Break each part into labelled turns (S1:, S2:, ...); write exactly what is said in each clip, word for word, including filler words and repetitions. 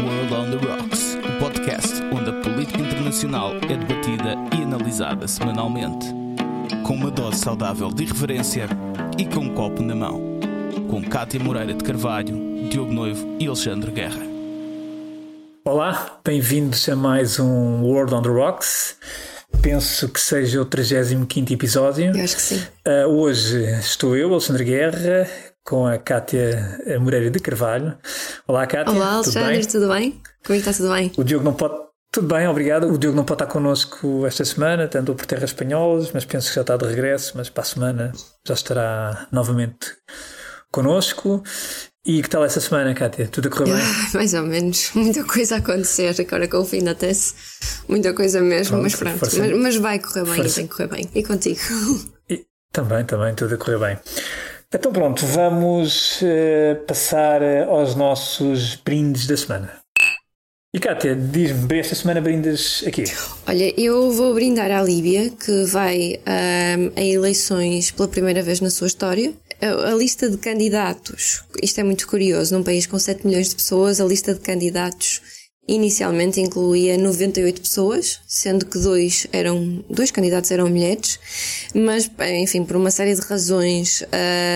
S1: World on the Rocks, o podcast onde a política internacional é debatida e analisada semanalmente, com uma dose saudável de irreverência e com um copo na mão, com Cátia Moreira de Carvalho, Diogo Noivo e Alexandre Guerra.
S2: Olá, bem-vindos a mais um World on the Rocks. Penso que seja o trigésimo quinto episódio.
S3: Eu acho que sim.
S2: Uh, hoje estou eu, Alexandre Guerra, com a Cátia Moreira de Carvalho. Olá, Cátia.
S3: Olá, Alexandre, tudo bem? Tudo bem? Como é que está? Tudo bem?
S2: O Diogo não pode... Tudo bem, obrigado. O Diogo não pode estar connosco esta semana, andou por terras espanholas, mas penso que já está de regresso, mas para a semana já estará novamente connosco. E que tal essa semana, Cátia? Tudo a correr bem?
S3: Ah, mais ou menos. Muita coisa a acontecer agora com o fim da tese. Muita coisa mesmo, pronto, mas pronto. Mas, mas vai correr bem, força. E tem que correr bem. E contigo?
S2: E, também, também, tudo a correr bem. Então pronto, vamos uh, passar aos nossos brindes da semana. E Cátia, diz-me, esta semana brindas aqui?
S3: Olha, eu vou brindar à Líbia, que vai um, a eleições pela primeira vez na sua história. A lista de candidatos, isto é muito curioso, num país com sete milhões de pessoas, a lista de candidatos inicialmente incluía noventa e oito pessoas, sendo que dois eram, dois candidatos eram mulheres, mas, enfim, por uma série de razões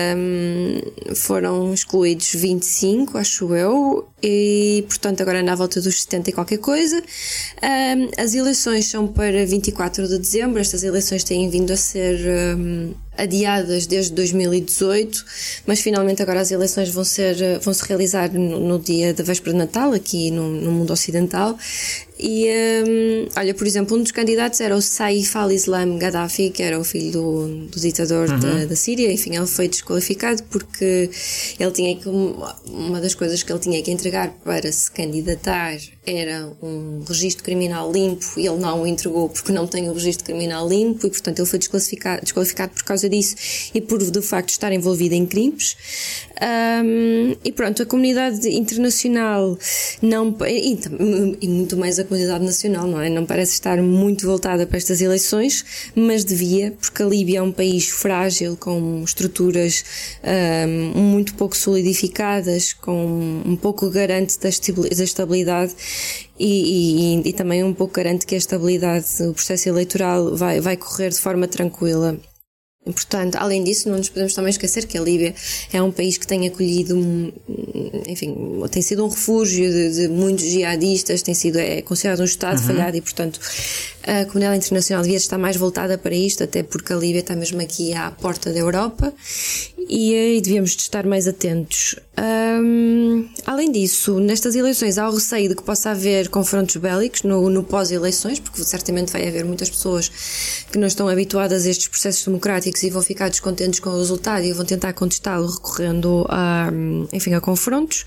S3: um, foram excluídos vinte e cinco, acho eu, e, portanto, agora anda à volta dos setenta e qualquer coisa. Um, as eleições são para vinte e quatro de dezembro, estas eleições têm vindo a ser... Um, adiadas desde dois mil e dezoito, mas finalmente agora as eleições vão ser, vão se realizar no, no dia da véspera de Natal, aqui no, no mundo ocidental. E, um, olha, por exemplo, um dos candidatos era o Saif al-Islam Gaddafi, que era o filho do, do ditador uhum. da, da Síria. Enfim, ele foi desqualificado porque ele tinha que, uma das coisas que ele tinha que entregar para se candidatar era um registro criminal limpo, e ele não o entregou porque não tem o registro criminal limpo, e portanto ele foi desqualificado, desqualificado por causa disso e por de facto estar envolvido em crimes. Um, e pronto, a comunidade internacional não, e, e muito mais a comunidade nacional, não é? Não parece estar muito voltada para estas eleições, mas devia, porque a Líbia é um país frágil, com estruturas um, muito pouco solidificadas, com um pouco garante da estabilidade e, e, e também um pouco garante que a estabilidade do processo eleitoral vai, vai correr de forma tranquila. Portanto, além disso, não nos podemos também esquecer que a Líbia é um país que tem acolhido, enfim, tem sido um refúgio de, de muitos jihadistas, tem sido, é considerado um Estado uhum. falhado, e portanto a comunidade internacional devia estar mais voltada para isto, até porque a Líbia está mesmo aqui à porta da Europa, e, e devíamos estar mais atentos. Um, além disso, nestas eleições há o receio de que possa haver confrontos bélicos no, no pós-eleições, porque certamente vai haver muitas pessoas que não estão habituadas a estes processos democráticos e vão ficar descontentes com o resultado e vão tentar contestá-lo recorrendo a, enfim, a confrontos.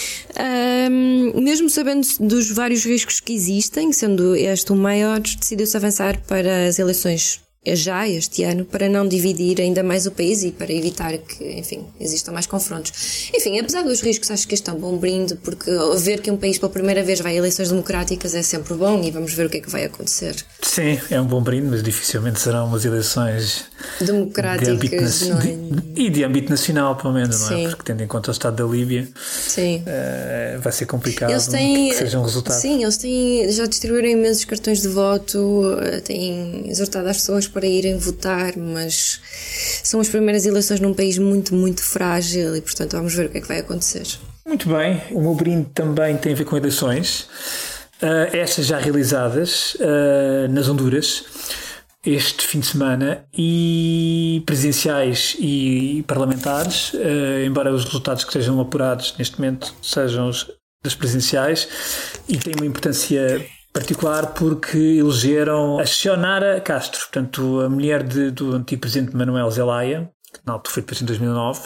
S3: Um, mesmo sabendo dos vários riscos que existem, sendo este o maior, decidiu-se avançar para as eleições já este ano, para não dividir ainda mais o país e para evitar que, enfim, existam mais confrontos. Enfim, apesar dos riscos, acho que este é um bom brinde, porque ver que um país pela primeira vez vai a eleições democráticas é sempre bom, e vamos ver o que é que vai acontecer.
S2: Sim, é um bom brinde, mas dificilmente serão umas eleições
S3: democráticas,
S2: de
S3: não é?
S2: De, e de âmbito nacional, pelo menos,
S3: Sim.
S2: não é? Porque tendo em conta o estado da Líbia,
S3: sim.
S2: Uh, vai ser complicado
S3: eles têm,
S2: que seja um resultado.
S3: Sim, eles têm, já distribuíram imensos cartões de voto, têm exortado as pessoas para irem votar, mas são as primeiras eleições num país muito, muito frágil, e portanto vamos ver o que é que vai acontecer.
S2: Muito bem, o meu brinde também tem a ver com eleições, uh, estas já realizadas uh, nas Honduras este fim de semana, e presidenciais e parlamentares, uh, embora os resultados que sejam apurados neste momento sejam os das presidenciais, e tem uma importância particular porque elegeram a Xiomara Castro, portanto a mulher de, do antigo presidente Manuel Zelaya, que na altura foi depois em dois mil e nove,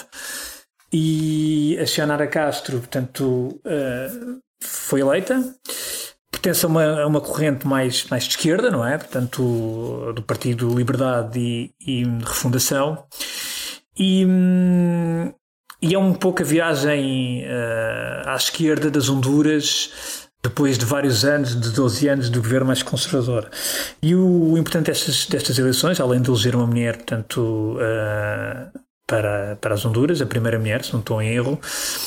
S2: e a Xiomara Castro, portanto, uh, foi eleita. Pertence a uma, a uma corrente mais, mais de esquerda, não é? Portanto, do Partido Liberdade e, e Refundação, e, e é um pouco a viagem uh, à esquerda das Honduras, depois de vários anos, de doze anos do governo mais conservador. E o, o importante destas, destas eleições, além de eleger uma mulher, portanto, uh, para, para as Honduras, a primeira mulher, se não estou em erro,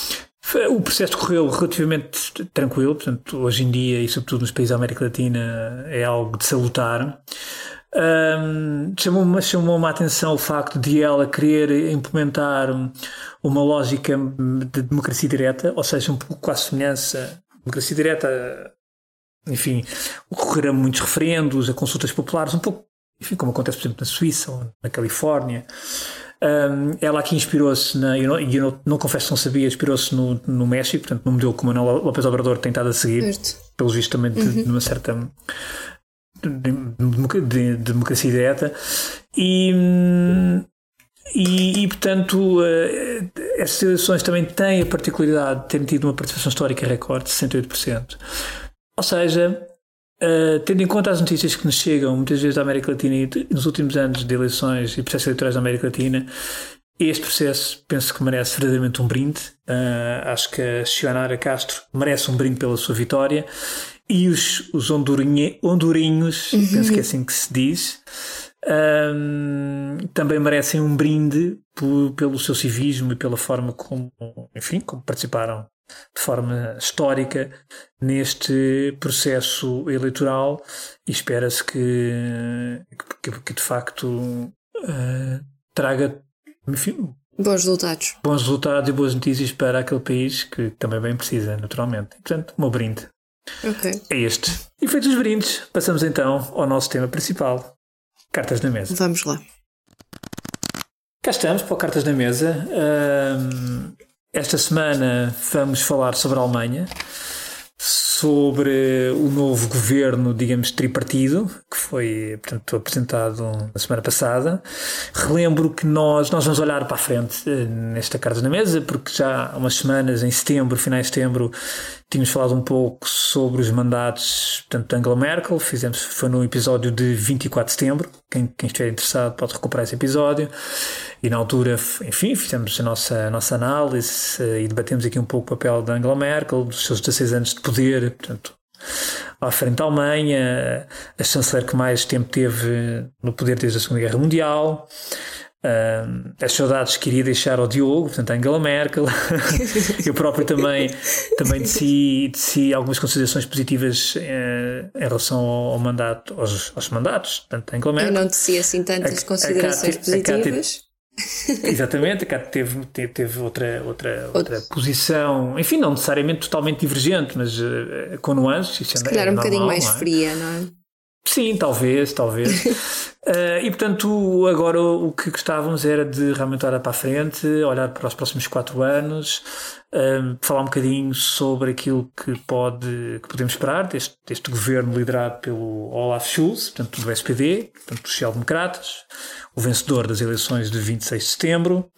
S2: O processo correu relativamente tranquilo, portanto, hoje em dia, e sobretudo nos países da América Latina, é algo de salutar. Um, chamou-me, chamou-me a atenção o facto de ela querer implementar uma lógica de democracia direta, ou seja, um pouco com a semelhança. Democracia direta, enfim, ocorrer a muitos referendos, a consultas populares, um pouco, enfim, como acontece, por exemplo, na Suíça ou na Califórnia. Um, ela aqui inspirou-se, na, e eu, não, eu não, não confesso que não sabia, inspirou-se no, no México, portanto, no modelo que o Manuel López Obrador tem estado a seguir, certo. Pelos vistos também de, uhum. de uma certa de, de, de, de democracia direta. E, e, e portanto, uh, estas eleições também têm a particularidade de terem tido uma participação histórica recorde de sessenta e oito por cento. Ou seja, Uh, tendo em conta as notícias que nos chegam muitas vezes da América Latina e nos últimos anos de eleições e processos eleitorais da América Latina, este processo penso que merece verdadeiramente um brinde. Uh, acho que a Xiomara Castro merece um brinde pela sua vitória e os, os hondurinhe, hondurinhos, uhum. penso que é assim que se diz, um, também merecem um brinde por, pelo seu civismo e pela forma como, enfim, como participaram de forma histórica neste processo eleitoral, e espera-se que, que, que de facto uh, traga, enfim,
S3: bons resultados.
S2: bons resultados e boas notícias para aquele país que também bem precisa, naturalmente. E, portanto, o meu brinde
S3: okay.
S2: é este. E feitos os brindes, passamos então ao nosso tema principal, Cartas na Mesa.
S3: Vamos lá.
S2: Cá estamos para o Cartas na Mesa. Um, Esta semana vamos falar sobre a Alemanha, sobre o novo governo, digamos, tripartido, que foi, portanto, apresentado na semana passada. Relembro que nós, nós vamos olhar para a frente nesta Cartas na Mesa, porque já há umas semanas, em setembro, finais de setembro, tínhamos falado um pouco sobre os mandatos, portanto, de Angela Merkel. Fizemos, foi no episódio de vinte e quatro de setembro. Quem, quem estiver interessado pode recuperar esse episódio. E na altura, enfim, fizemos a nossa, a nossa análise e debatemos aqui um pouco o papel de Angela Merkel, dos seus dezasseis anos de poder, portanto, à frente da Alemanha, a chanceler que mais tempo teve no poder desde a Segunda Guerra Mundial, uh, as saudades que iria deixar ao Diogo, portanto, a Angela Merkel. Eu próprio também, também de si, de si algumas considerações positivas uh, em relação ao, ao mandato, aos, aos mandatos, portanto, a Angela Merkel.
S3: Eu não de si assim tantas a, considerações a Cátia, positivas.
S2: Exatamente, a Cátia teve, teve, teve outra, outra, outra posição, enfim, não necessariamente totalmente divergente, mas uh, com nuances.
S3: Se calhar é um normal, bocadinho mais não é? fria, não é?
S2: Sim, talvez, talvez. uh, e portanto, agora o que gostávamos era de realmente olhar para a frente, olhar para os próximos quatro anos, uh, falar um bocadinho sobre aquilo que, pode, que podemos esperar deste, deste governo liderado pelo Olaf Scholz, portanto, do S P D, portanto, dos social-democratas, o vencedor das eleições de vinte e seis de setembro.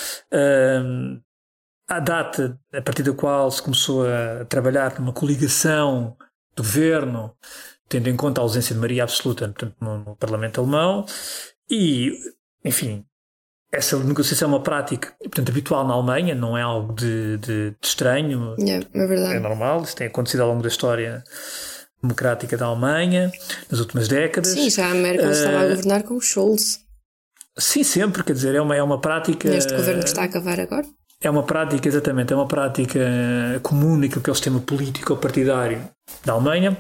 S2: Uh, a data a partir da qual se começou a trabalhar numa coligação do governo, tendo em conta a ausência de maioria absoluta, portanto, no, no Parlamento alemão, e, enfim, essa negociação é uma prática, portanto, habitual na Alemanha, não é algo de, de, de estranho,
S3: yeah, é verdade.
S2: É normal, isso tem acontecido ao longo da história democrática da Alemanha, nas últimas décadas.
S3: Sim, já a Merkel uh, estava a governar com o Scholz.
S2: Sim, sempre, quer dizer, é uma, é uma prática...
S3: Neste governo que está a acabar agora?
S2: É uma prática, exatamente, é uma prática comum naquilo que é o sistema político ou partidário da Alemanha.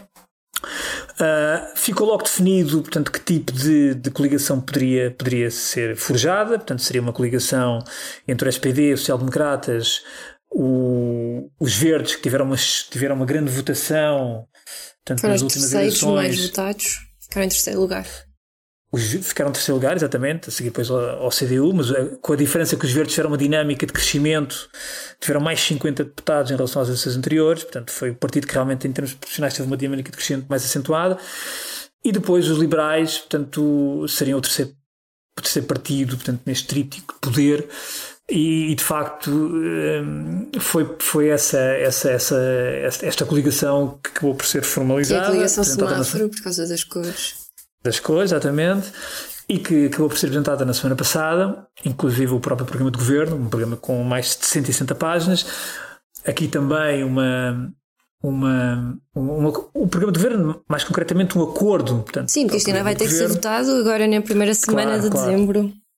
S2: Uh, ficou logo definido, portanto, que tipo de, de coligação poderia, poderia ser forjada. Portanto, seria uma coligação entre o S P D, os social-democratas, o, os verdes, que tiveram uma, tiveram uma grande votação, portanto,
S3: foram
S2: nas
S3: os
S2: últimas
S3: terceiros
S2: eleições.
S3: Mais votados, ficaram em terceiro lugar.
S2: Os, ficaram em terceiro lugar, exatamente, a seguir depois ao, ao C D U, mas com a diferença que os verdes tiveram uma dinâmica de crescimento, tiveram mais cinquenta deputados em relação às eleições anteriores, portanto foi o partido que realmente em termos proporcionais teve uma dinâmica de crescimento mais acentuada. E depois os liberais, portanto, seriam o terceiro, o terceiro partido, portanto, neste tríptico de poder. E, e de facto foi, foi essa, essa, essa, esta coligação que acabou por ser formalizada.
S3: Que é a coligação semáforo por causa das cores.
S2: Das cores, exatamente, e que acabou por ser apresentada na semana passada, inclusive o próprio programa de governo, um programa com mais de cento e sessenta páginas. Aqui também uma, uma, uma, um programa de governo, mais concretamente um acordo. Portanto,
S3: sim, porque isto ainda vai ter que ser votado agora na primeira semana claro, de
S2: claro.
S3: dezembro.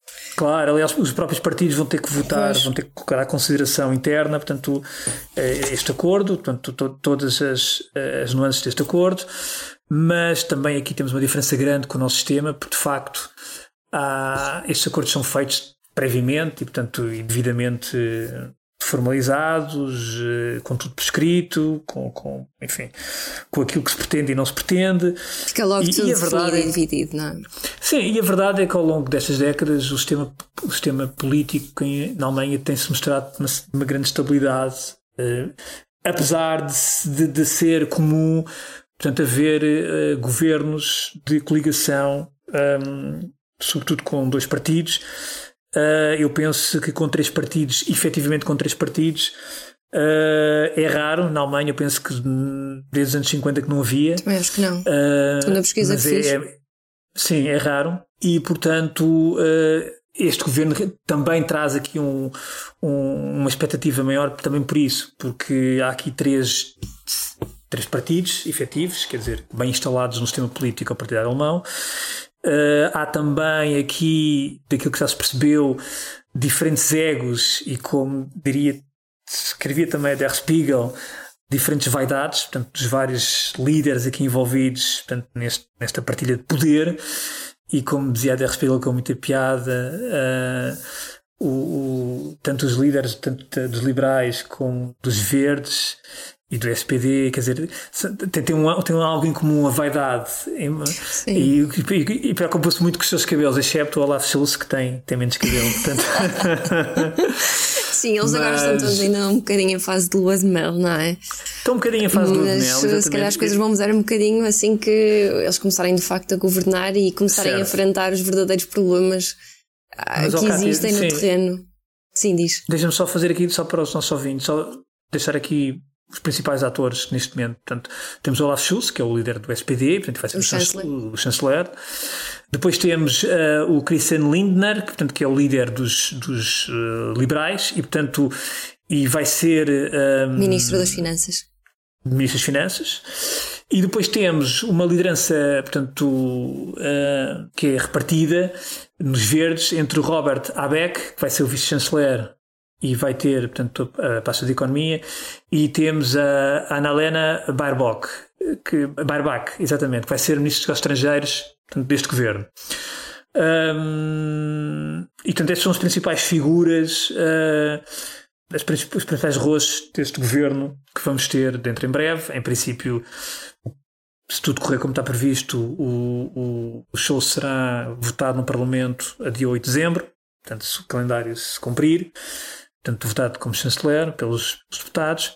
S2: Claro, aliás, os próprios partidos vão ter que votar, pois. vão ter que colocar à consideração interna, portanto, este acordo, portanto, to- todas as, as nuances deste acordo, mas também aqui temos uma diferença grande com o nosso sistema, porque de facto há, estes acordos são feitos previamente e, portanto, e devidamente formalizados, com tudo prescrito, com, com, enfim, com aquilo que se pretende e não se pretende.
S3: Fica logo
S2: e,
S3: tudo
S2: e a verdade
S3: definido
S2: é,
S3: e dividid, não é?
S2: Sim, e a verdade é que ao longo destas décadas o sistema, o sistema político em, na Alemanha tem-se mostrado uma, uma grande estabilidade, eh, apesar de, de, de ser comum, portanto, haver eh, governos de coligação, um, sobretudo com dois partidos. Uh, eu penso que com três partidos, efetivamente com três partidos, uh, é raro. Na Alemanha eu penso que desde os anos cinquenta que não havia.
S3: Também acho que não. Uh, Quando a pesquisa que fiz.
S2: É, é, sim, é raro. E portanto uh, este governo também traz aqui um, um, uma expectativa maior também por isso, porque há aqui três, três partidos efetivos, quer dizer, bem instalados no sistema político ao partidário alemão. Uh, há também aqui, daquilo que já se percebeu, diferentes egos e, como diria, escrevia também a Der Spiegel, diferentes vaidades, portanto, dos vários líderes aqui envolvidos, portanto, neste, nesta partilha de poder. E como dizia a Der Spiegel com muita piada, uh, o, o, tanto os líderes tanto dos liberais como dos verdes e do S P D, quer dizer, tem, tem, um, tem algo em comum, a vaidade. Sim. E, e, e preocupa-se muito com os seus cabelos, excepto o Olaf Scholz, que tem, tem menos cabelo. Portanto...
S3: Sim, eles Mas... agora estão todos ainda um bocadinho em fase de lua de mel, não é?
S2: Estão um bocadinho em fase de lua de mel. Exatamente.
S3: Se calhar as coisas vão mudar um bocadinho assim que eles começarem de facto a governar e começarem certo. a enfrentar os verdadeiros problemas Mas, que existem Cátia, no sim. terreno. Sim, diz.
S2: Deixa-me só fazer aqui, só para os nossos ouvintes, só deixar aqui os principais atores neste momento. Portanto, temos Olaf Scholz, que é o líder do S P D, portanto vai ser o, o, chanceler. o chanceler. Depois temos uh, o Christian Lindner, que, portanto, que é o líder dos, dos uh, liberais e, portanto, e vai ser um,
S3: Ministro das Finanças.
S2: Ministro das Finanças. E depois temos uma liderança, portanto, uh, que é repartida nos verdes entre o Robert Habeck, que vai ser o vice-chanceler e vai ter, portanto, a pasta de economia, e temos a Annalena Baerbock, que, Baerbock, exatamente, que vai ser ministro dos Negócios Estrangeiros, portanto, deste governo. Um, e, portanto, estas são as principais figuras, uh, as principais, os principais rostos deste governo que vamos ter dentro em breve. Em princípio, se tudo correr como está previsto, o, o, o Scholz será votado no Parlamento a dia oito de dezembro, portanto, se o calendário se cumprir. Portanto, votado como chanceler pelos, pelos deputados.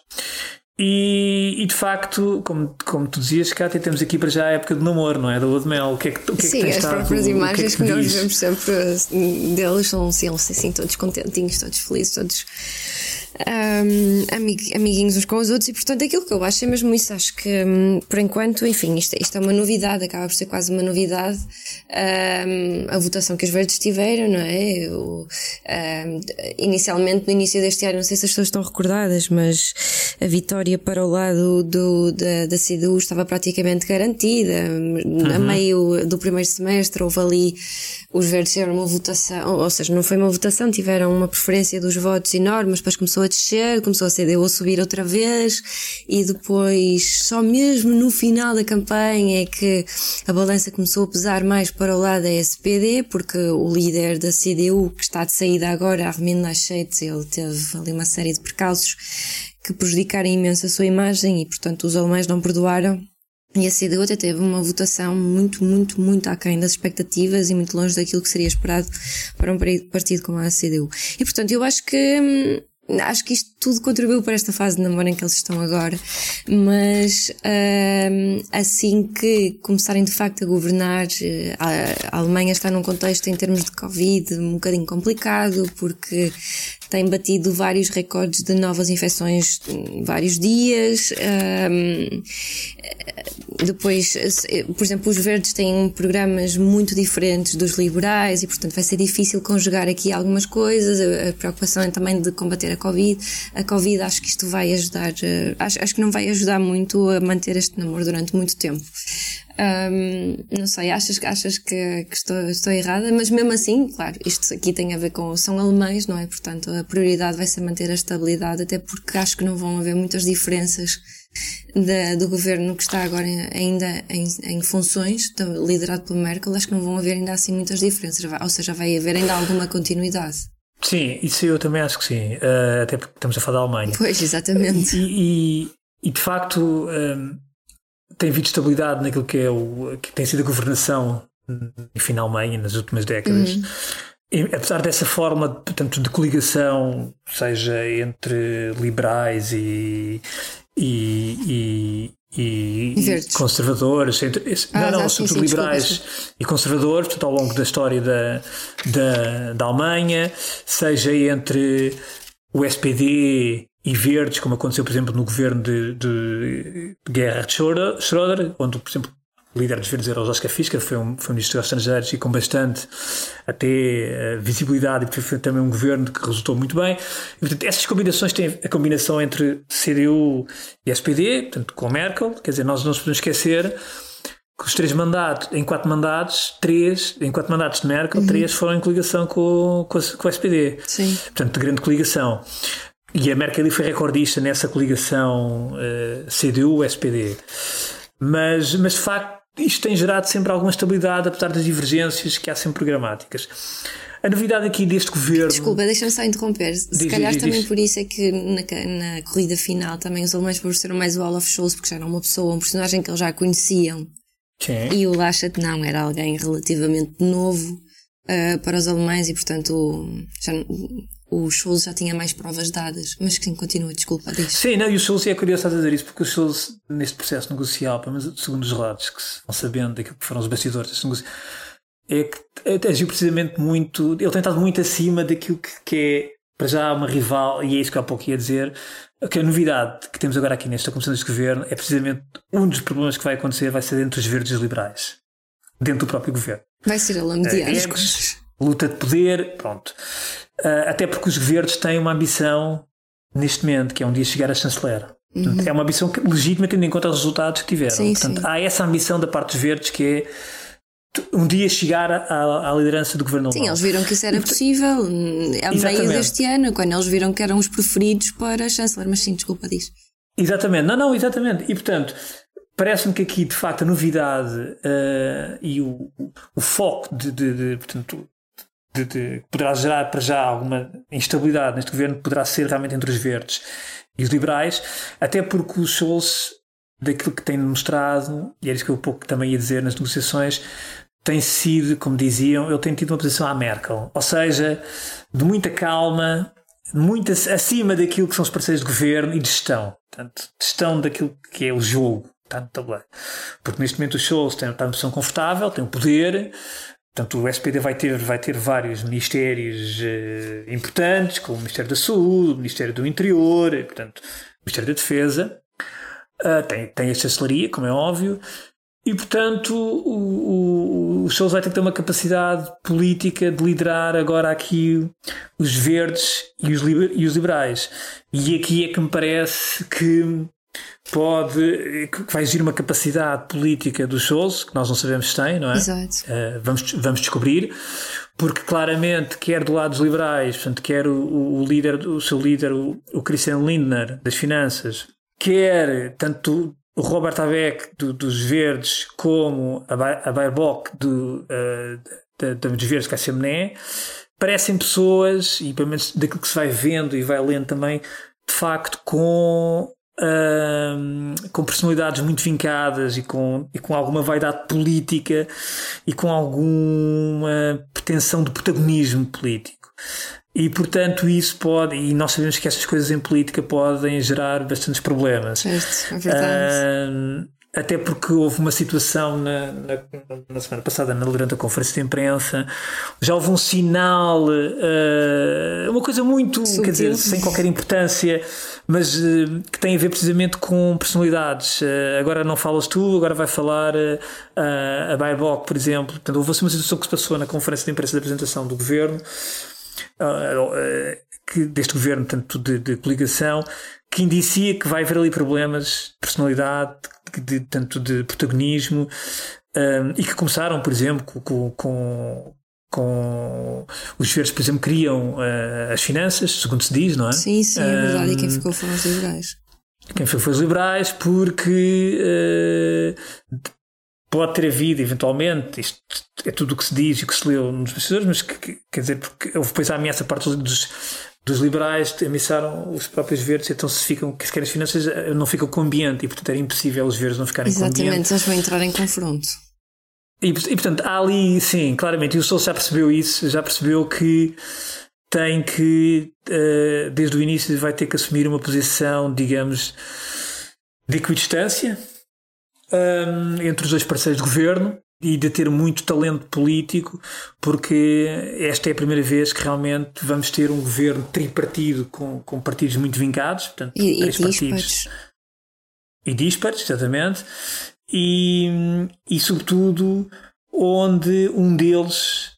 S2: E, e de facto, como, como tu dizias, Cátia, temos aqui para já a época de namoro, não é? Da lua de mel. O que é que, o que,
S3: Sim,
S2: é que
S3: as
S2: estado,
S3: próprias imagens que, é que, que nós
S2: diz?
S3: vemos sempre deles são assim, assim, todos contentinhos, todos felizes, todos um, amig, amiguinhos uns com os outros. E portanto, aquilo que eu acho é mesmo isso. Acho que, um, por enquanto, enfim, isto, isto é uma novidade, acaba por ser quase uma novidade. Um, a votação que os verdes tiveram, não é? Eu, um, inicialmente, no início deste ano, não sei se as pessoas estão recordadas, mas a vitória para o lado do, da, da C D U estava praticamente garantida. Uhum. A meio do primeiro semestre houve ali, os verdes tiveram uma votação, ou seja, não foi uma votação, tiveram uma preferência dos votos enorme, mas depois começou a descer, começou a C D U a subir outra vez, e depois só mesmo no final da campanha é que a balança começou a pesar mais para o lado da S P D, porque o líder da C D U, que está de saída agora, Armin Laschet, ele teve ali uma série de percalços que prejudicaram imenso a sua imagem e, portanto, os alemães não perdoaram. E a C D U até teve uma votação muito, muito, muito aquém das expectativas e muito longe daquilo que seria esperado para um partido como a C D U. E, portanto, eu acho que... Acho que isto tudo contribuiu para esta fase de namoro em que eles estão agora, mas um, assim que começarem de facto a governar, a, a Alemanha está num contexto em termos de Covid um bocadinho complicado, porque tem batido vários recordes de novas infecções em vários dias. Um, depois, por exemplo, os verdes têm programas muito diferentes dos liberais e, portanto, vai ser difícil conjugar aqui algumas coisas. A, a preocupação é também de combater a Covid. A Covid, acho que isto vai ajudar, acho, acho que não vai ajudar muito a manter este namoro durante muito tempo. Um, não sei, achas, achas que, que estou, estou errada? Mas mesmo assim, claro, isto aqui tem a ver com... São alemães, não é? Portanto, a prioridade vai ser manter a estabilidade, até porque acho que não vão haver muitas diferenças da, do governo que está agora ainda em, em funções, liderado pela Merkel. Acho que não vão haver ainda assim muitas diferenças, ou seja, vai haver ainda alguma continuidade.
S2: Sim, isso eu também acho que sim, uh, até porque estamos a falar da Alemanha.
S3: Pois, exatamente.
S2: E, e, e de facto um, tem havido estabilidade naquilo que, é o, que tem sido a governação, enfim, na Alemanha nas últimas décadas. Uhum. E, apesar dessa forma, portanto, de coligação, seja entre liberais e, e, e, e conservadores, entre, ah, não, não, sim, sim, liberais desculpa, e conservadores, portanto, ao longo da história da, da, da Alemanha, seja entre o S P D e verdes, como aconteceu, por exemplo, no governo de, de, de Gerhard Schröder, onde, por exemplo, o líder dos verdes era o Joschka Fischer, foi um, foi um ministro dos estrangeiros e com bastante até uh, visibilidade, e foi também um governo que resultou muito bem. E, portanto, essas combinações têm a combinação entre C D U e S P D, portanto, com Merkel, quer dizer, nós não nos podemos esquecer que os três mandatos, em quatro mandatos, três, em quatro mandatos de Merkel, uhum. três foram em coligação com, com, com o S P D.
S3: Sim.
S2: Portanto, de grande coligação. E a Merkel foi recordista nessa coligação uh, C D U-S P D. Mas, mas, de facto, isto tem gerado sempre alguma estabilidade, apesar das divergências que há sempre programáticas. A novidade aqui deste governo...
S3: Desculpa, deixa-me só interromper. Se diz, calhar diz, também diz. Por isso é que na, na corrida final também os alemães favoreceram mais o Olaf Scholz, porque já era uma pessoa, um personagem que eles já conheciam.
S2: Sim.
S3: E o Laschet não, era alguém relativamente novo uh, para os alemães e, portanto, já... O Scholz já tinha mais provas dadas, mas sim, continua, desculpa, diz.
S2: Sim, não, e o Scholz é curioso a dizer isso, porque o Scholz, neste processo negocial, pelo menos segundo os relatos que se vão sabendo daquilo que foram os bastidores deste negócio, é que agiu precisamente muito, ele tem estado muito acima daquilo que, que é, para já, uma rival, e é isso que há pouco ia dizer, que a novidade que temos agora aqui nesta comissão deste governo é precisamente um dos problemas que vai acontecer, vai ser entre os verdes e os liberais, dentro do próprio governo.
S3: Vai ser a lamdear as
S2: coisas. Luta de poder, pronto. Uh, até porque os verdes têm uma ambição neste momento, que é um dia chegar a chanceler. Uhum. Portanto, é uma ambição legítima tendo em conta os resultados que tiveram.
S3: Sim,
S2: Portanto,
S3: sim.
S2: Há essa ambição da parte dos verdes que é um dia chegar à, à liderança do governo alemão.
S3: Sim, eles viram que isso era e, possível a meio deste ano, quando eles viram que eram os preferidos para a chanceler. Mas sim, desculpa, diz.
S2: Exatamente. Não, não, exatamente. E portanto... Parece-me que aqui, de facto, a novidade uh, e o, o foco de, de, de, portanto, de, de, poderá gerar para já alguma instabilidade neste governo poderá ser realmente entre os verdes e os liberais, até porque o Scholz, daquilo que tem mostrado, e era isso que eu pouco também ia dizer nas negociações, tem sido, como diziam, ele tem tido uma posição à Merkel, ou seja, de muita calma, muito acima daquilo que são os parceiros de governo e de gestão, portanto, de gestão daquilo que é o jogo. Porque neste momento o Scholz tem uma posição confortável, tem o poder, portanto o S P D vai ter, vai ter vários ministérios uh, importantes, como o Ministério da Saúde, o Ministério do Interior, e, portanto o Ministério da Defesa, uh, tem, tem a chancelaria, como é óbvio, e portanto o, o, o Scholz vai ter que ter uma capacidade política de liderar agora aqui os verdes e os, liber, e os liberais, e aqui é que me parece que pode, que vai exigir uma capacidade política do Scholz, que nós não sabemos se tem, não é?
S3: Exato.
S2: Uh, vamos, vamos descobrir, porque claramente, quer do lado dos liberais, portanto, quer o, o líder, o seu líder, o, o Christian Lindner, das finanças, quer tanto o Robert Habeck do, dos Verdes, como a, ba, a Baerbock do, uh, da, da, dos Verdes, que é a C M N E, parecem pessoas, e pelo menos daquilo que se vai vendo e vai lendo também, de facto, com... Uh, com personalidades muito vincadas e com, e com alguma vaidade política e com alguma pretensão de protagonismo político, e portanto isso pode, e nós sabemos que essas coisas em política podem gerar bastantes problemas.
S3: Certo, é verdade.
S2: Uh, até porque houve uma situação na, na, na semana passada, durante a conferência de imprensa, já houve um sinal, uh, uma coisa muito, Sutil. quer dizer, sem qualquer importância, mas uh, que tem a ver precisamente com personalidades. Uh, agora não falas tu, agora vai falar uh, a Baerbock, por exemplo. Portanto, houve uma situação que se passou na conferência de imprensa da apresentação do governo, uh, uh, que, deste governo, tanto de, de coligação, que indicia que vai haver ali problemas de personalidade, de, tanto de protagonismo, um, e que começaram, por exemplo, com, com, com os verdes, por exemplo, criam uh, as finanças, segundo se diz, não é?
S3: Sim, sim, é verdade, um, e quem ficou foram os liberais.
S2: Quem ficou foi os liberais, porque uh, pode ter havido, eventualmente, isto é tudo o que se diz e o que se leu nos bastidores, mas que, que, quer dizer, porque houve depois a ameaça parte dos, dos liberais, ameaçaram os próprios verdes, então se ficam, que se querem as finanças, não ficam com o ambiente, e portanto era impossível os verdes não ficarem
S3: Exatamente,
S2: com o ambiente.
S3: Exatamente, eles vão entrar em confronto.
S2: E, e portanto há ali, sim, claramente, e o Sousa já percebeu isso, já percebeu que tem que, uh, desde o início, vai ter que assumir uma posição, digamos, de equidistância um, entre os dois parceiros de governo, e de ter muito talento político, porque esta é a primeira vez que realmente vamos ter um governo tripartido com, com partidos muito vincados, portanto,
S3: e,
S2: três
S3: e
S2: partidos
S3: díspares.
S2: E díspares, exatamente, e, e sobretudo onde um deles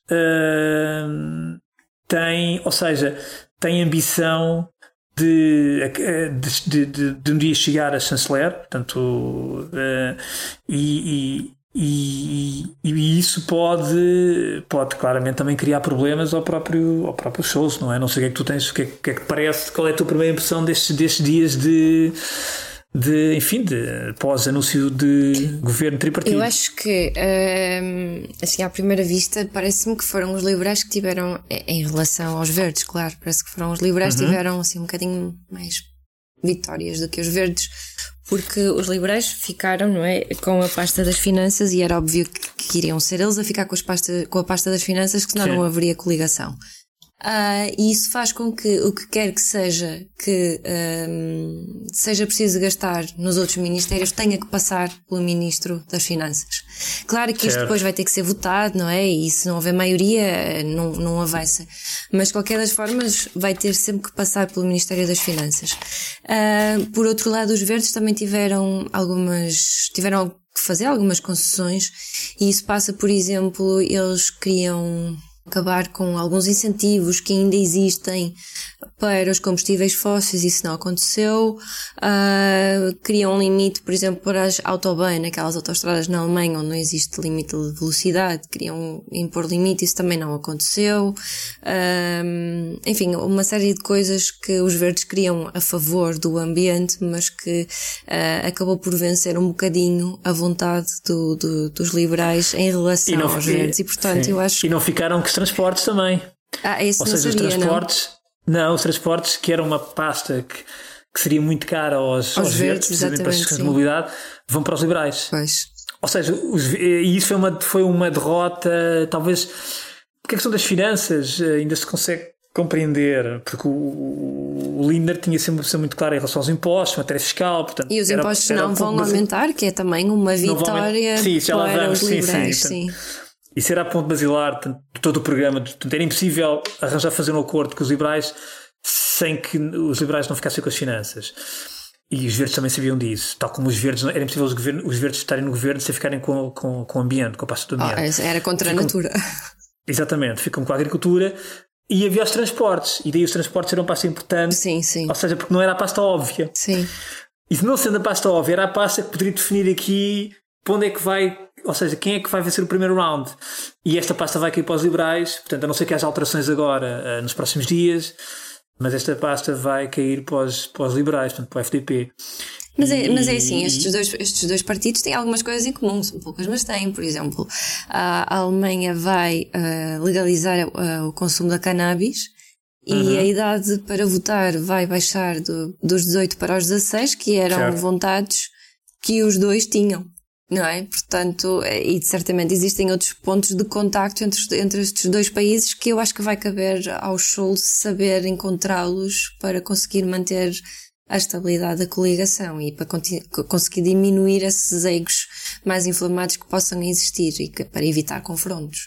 S2: uh, tem, ou seja, tem ambição de, de, de, de um dia chegar a chanceler, portanto, uh, e, e, e, e isso pode, pode claramente também criar problemas ao próprio, ao próprio Scholz, não é? Não sei o que é que tu tens, o que é, o que, é que parece, qual é a tua primeira impressão destes, destes dias de, de, enfim, de pós-anúncio de governo tripartido?
S3: Eu acho que, assim, à primeira vista, parece-me que foram os liberais que tiveram, em relação aos verdes, claro, parece que foram os liberais que uhum. tiveram, assim, um bocadinho mais vitórias do que os verdes, porque os liberais ficaram, não é, com a pasta das finanças, e era óbvio que, que iriam ser eles a ficar com, as pasta, com a pasta das finanças, que senão Sim. não haveria coligação. Uh, e isso faz com que o que quer que seja que um, seja preciso gastar nos outros ministérios tenha que passar pelo Ministro das Finanças. Claro que certo. Isto depois vai ter que ser votado, não é? E se não houver maioria, não, não avança. Mas de qualquer das formas vai ter sempre que passar pelo Ministério das Finanças. Uh, por outro lado, os verdes também tiveram algumas, tiveram que fazer algumas concessões, e isso passa, por exemplo, eles queriam acabar com alguns incentivos que ainda existem para os combustíveis fósseis, isso não aconteceu. Uh, criam um limite, por exemplo, para as autobahn, aquelas autoestradas na Alemanha onde não existe limite de velocidade, queriam impor limite, isso também não aconteceu. Uh, enfim, uma série de coisas que os verdes queriam a favor do ambiente, mas que uh, acabou por vencer um bocadinho a vontade do, do, dos liberais em relação não, aos verdes, e portanto
S2: sim.
S3: eu acho...
S2: E não ficaram com os transportes também.
S3: Ah, esse
S2: Ou
S3: não
S2: seja,
S3: sabia,
S2: os transportes... Não? Não, os transportes, que era uma pasta que, que seria muito cara aos, aos, aos verdes, precisamente para a sustentabilidade, vão para os liberais.
S3: Pois.
S2: Ou seja, os, e isso foi uma, foi uma derrota, talvez, porque a questão das finanças ainda se consegue compreender, porque o, o Lindner tinha sempre uma posição muito clara em relação aos impostos, matéria fiscal, portanto...
S3: E os
S2: era,
S3: impostos
S2: era
S3: não
S2: um
S3: vão
S2: pouco,
S3: aumentar, que é também uma vitória
S2: sim,
S3: para
S2: vamos,
S3: os
S2: sim,
S3: liberais,
S2: sim.
S3: sim.
S2: Isso era a ponto basilar de todo o programa. Portanto, era impossível arranjar fazer um acordo com os liberais sem que os liberais não ficassem com as finanças. E os verdes também sabiam disso. Tal como os verdes, era impossível os, governo, os verdes estarem no governo sem ficarem com, com, com o ambiente, com a pasta do ambiente.
S3: Oh, era contra
S2: ficam,
S3: a natura.
S2: Exatamente, ficam com a agricultura. E havia os transportes. E daí os transportes eram pasta importante.
S3: Sim, sim.
S2: Ou seja, porque não era a pasta óbvia.
S3: Sim.
S2: E se não sendo a pasta óbvia, era a pasta que poderia definir aqui para onde é que vai... Ou seja, quem é que vai vencer o primeiro round? E esta pasta vai cair para os liberais, portanto, a não ser que haja alterações agora, uh, nos próximos dias, mas esta pasta vai cair para os, para os liberais, portanto, para o F D P.
S3: Mas é, mas é assim, estes dois, estes dois partidos têm algumas coisas em comum, são poucas, mas têm. Por exemplo, a Alemanha vai uh, legalizar uh, o consumo da cannabis, e uhum. a idade para votar vai baixar do, dos dezoito para os dezasseis, que eram certo. Vontades que os dois tinham. Não é? Portanto, e certamente existem outros pontos de contacto entre, entre estes dois países que eu acho que vai caber ao Scholz saber encontrá-los para conseguir manter a estabilidade da coligação e para conseguir diminuir esses egos mais inflamados que possam existir e que, para evitar confrontos.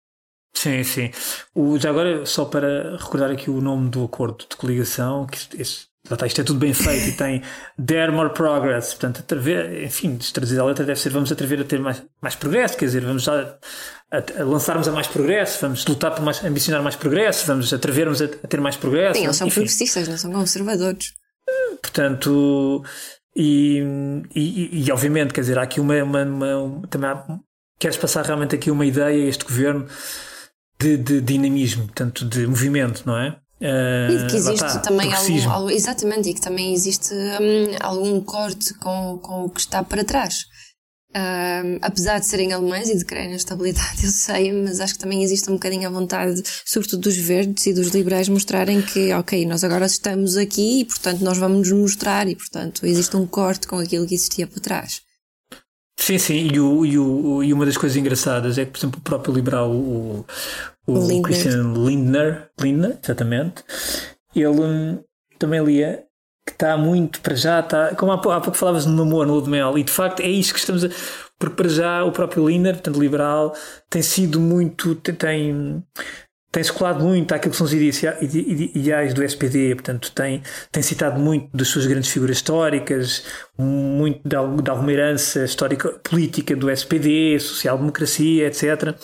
S2: Sim, sim. O, já agora, só para recordar aqui o nome do acordo de coligação, que este, isto é tudo bem feito e tem There More Progress, portanto, atrever, enfim, traduzido a letra deve ser vamos atrever a ter mais, mais progresso, quer dizer, vamos a, a, a lançarmos a mais progresso, vamos lutar por mais, ambicionar mais progresso, vamos atrevermos a, a ter mais progresso.
S3: Sim, eles são
S2: enfim.
S3: progressistas, não são conservadores.
S2: Portanto, E, e, e obviamente, quer dizer, há aqui uma, uma, uma também há, queres passar realmente aqui uma ideia a este governo de, de dinamismo, portanto, de movimento, não é? Uh,
S3: e que existe
S2: tá,
S3: também algum, algum, exatamente, e que também existe um, algum corte com, com o que está para trás. Um, apesar de serem alemães e de quererem a estabilidade, eu sei, mas acho que também existe um bocadinho a vontade, sobretudo dos verdes e dos liberais, mostrarem que, ok, nós agora estamos aqui e, portanto, nós vamos nos mostrar e, portanto, existe um corte com aquilo que existia por trás.
S2: Sim, sim, e, o, e, o, e uma das coisas engraçadas é que, por exemplo, o próprio liberal, o, o, o Lindner. Christian Lindner, Lindner, exatamente, ele hum, também lia que está muito, para já, está, como há pouco, há pouco falavas no namoro, no lua de mel, e de facto é isto que estamos a... Porque para já o próprio Lindner, portanto liberal, tem sido muito, tem, tem, tem-se colado muito àquilo que são os ideais do S P D, portanto tem, tem citado muito das suas grandes figuras históricas, muito da, da alguma herança histórica política do S P D, social-democracia, etcétera.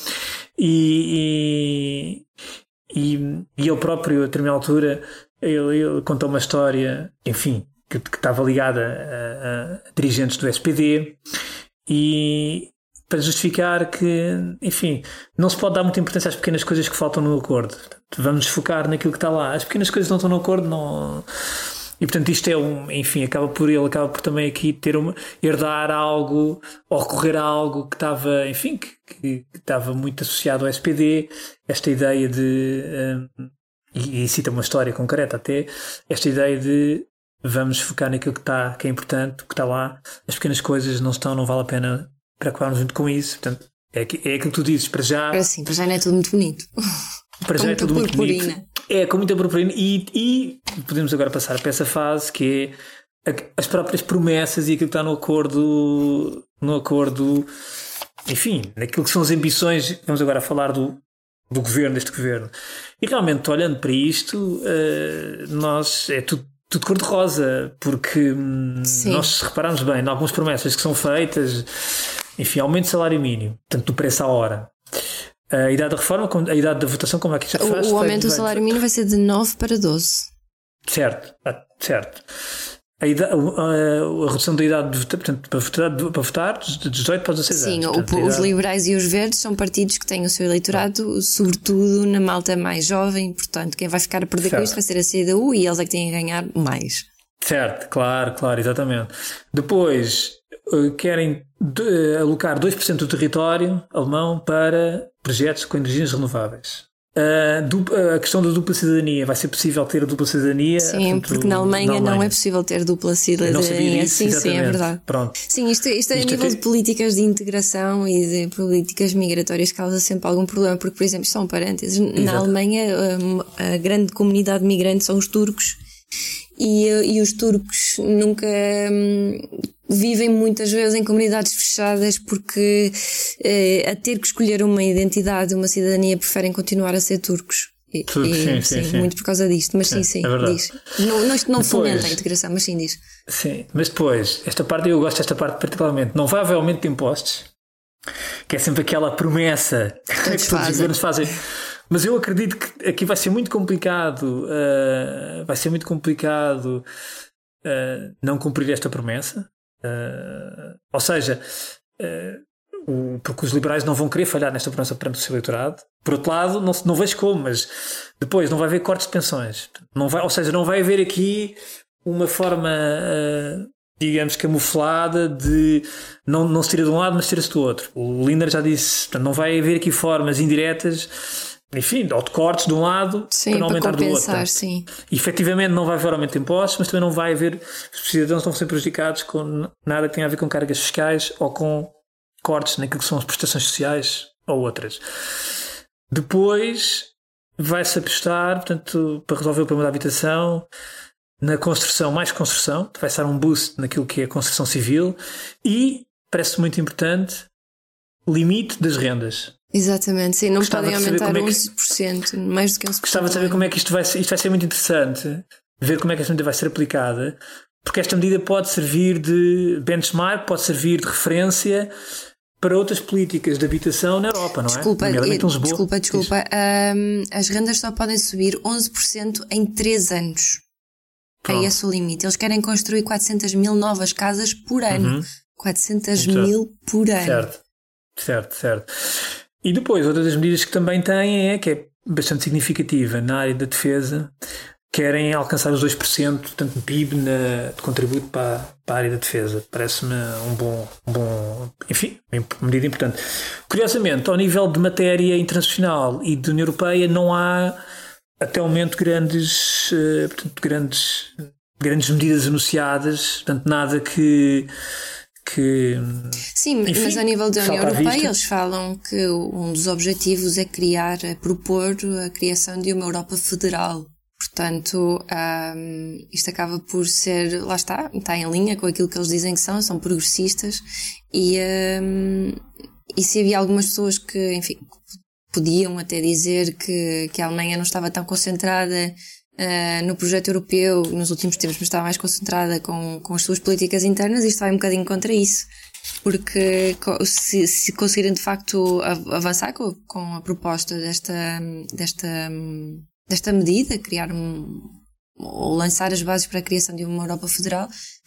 S2: E, e, e, e ele próprio, a determinada altura, Ele, ele contou uma história, enfim, que, que estava ligada a, a dirigentes do S P D e para justificar que, enfim, não se pode dar muita importância às pequenas coisas que faltam no acordo. Portanto, vamos focar naquilo que está lá. As pequenas coisas que não estão no acordo, não... E portanto isto é um, enfim, acaba por ele, acaba por também aqui ter uma, herdar algo, ou recorrer a algo que estava, enfim, que, que, que estava muito associado ao S P D, esta ideia de... Um, E, e cita uma história concreta até, esta ideia de vamos focar naquilo que está, que é importante, que está lá, as pequenas coisas não estão, não vale a pena preocuparmos muito com isso. Portanto, é, é aquilo que tu dizes, para já.
S3: É assim, para já não é tudo muito bonito.
S2: Para já é tudo muito bonito. É, com muita purpurina. E, e podemos agora passar para essa fase que é as próprias promessas e aquilo que está no acordo, no acordo, enfim, naquilo que são as ambições. Vamos agora falar do. do governo, deste governo. E realmente, olhando para isto, uh, nós é tudo, tudo cor-de-rosa, porque Sim. nós, se repararmos bem, em algumas promessas que são feitas, enfim, aumento do salário mínimo, portanto, do preço à hora. A idade da reforma, a idade da votação, como é que isto já faz?
S3: O, o aumento do salário mínimo vai ser de nove para doze.
S2: Certo, certo. A, idade, a, a redução da idade de, portanto, para votar, para votar de dezoito para dezasseis
S3: Sim,
S2: anos.
S3: Sim, os liberais e os verdes são partidos que têm o seu eleitorado, sobretudo na malta mais jovem, portanto, quem vai ficar a perder certo. Com isto vai ser a C D U e eles é que têm a ganhar mais.
S2: Certo, claro, claro, exatamente. Depois querem de, alocar dois por cento do território alemão para projetos com energias renováveis. A, a questão da dupla cidadania, vai ser possível ter a dupla cidadania?
S3: Sim, portanto, porque na Alemanha, na Alemanha não é possível ter dupla cidadania.
S2: Não sabia disso,
S3: sim, sim, é verdade.
S2: Pronto.
S3: Sim, isto, isto, isto a nível
S2: tem...
S3: de políticas de integração e de políticas migratórias causa sempre algum problema, porque, por exemplo, são parênteses, Exato. Na Alemanha a, a grande comunidade migrante são os turcos e, e os turcos nunca hum, vivem muitas vezes em comunidades fechadas porque eh, a ter que escolher uma identidade, uma cidadania, preferem continuar a ser turcos. E,
S2: Turco,
S3: e,
S2: sim,
S3: sim,
S2: sim, sim.
S3: muito por causa disto, mas sim, sim,
S2: é
S3: diz. Não, não, isto não
S2: depois,
S3: fomenta a integração, mas sim, diz.
S2: Sim, mas depois, esta parte, eu gosto desta parte particularmente, não vai haver aumento de impostos, que é sempre aquela promessa que todos, que todos os governos fazem. Mas eu acredito que aqui vai ser muito complicado, uh, vai ser muito complicado uh, não cumprir esta promessa. Uh, ou seja, uh, o, porque os liberais não vão querer falhar nesta promessa perante o seu eleitorado. Por outro lado, não, não vejo como, mas depois não vai haver cortes de pensões. Não vai, ou seja, não vai haver aqui uma forma, uh, digamos, camuflada de não, não se tira de um lado, mas tira-se do outro. O Lindner já disse, portanto, não vai haver aqui formas indiretas, enfim, ou de cortes de um lado
S3: sim,
S2: para não aumentar
S3: para
S2: compensar,
S3: do outro. Sim.
S2: Efetivamente não vai haver aumento de impostos, mas também não vai haver, os cidadãos não vão ser prejudicados com nada que tenha a ver com cargas fiscais ou com cortes naquilo que são as prestações sociais ou outras. Depois vai-se apostar, portanto, para resolver o problema da habitação, na construção, mais construção, vai ser um boost naquilo que é a construção civil e, parece muito importante, limite das rendas.
S3: Exatamente, sim, não
S2: Gostava
S3: podem aumentar
S2: é que...
S3: onze por cento, mais do que onze por cento.
S2: Gostava de saber como é que isto vai ser, isto vai ser muito interessante, ver como é que esta medida vai ser aplicada, porque esta medida pode servir de benchmark, pode servir de referência para outras políticas de habitação na Europa, não é?
S3: Desculpa, desculpa, desculpa. Um, as rendas só podem subir onze por cento em três anos. É esse o limite. Eles querem construir quatrocentas mil novas casas por ano. Uhum. quatrocentas mil por ano.
S2: Certo, certo, certo. E depois, outra das medidas que também têm é, que é bastante significativa na área da defesa, querem alcançar os dois por cento, portanto, no P I B, na, de contributo para, para a área da defesa. Parece-me um bom, um bom, enfim, uma medida importante. Curiosamente, ao nível de matéria internacional e de União Europeia, não há, até o momento, grandes, portanto, grandes, grandes medidas anunciadas, portanto, nada que... que
S3: Sim, enfim, mas a nível da União Europeia eles falam que um dos objetivos é criar, é propor a criação de uma Europa federal. Portanto, um, isto acaba por ser, lá está, está em linha com aquilo que eles dizem que são, são progressistas, e, um, e se havia algumas pessoas que, enfim, podiam até dizer que, que a Alemanha não estava tão concentrada uh, no projeto europeu nos últimos tempos, mas estava mais concentrada com, com as suas políticas internas, isto vai um bocadinho contra isso. Porque se, se conseguirem de facto avançar com, com a proposta desta, desta, desta medida, criar um, ou lançar as bases para a criação de uma Europa federal,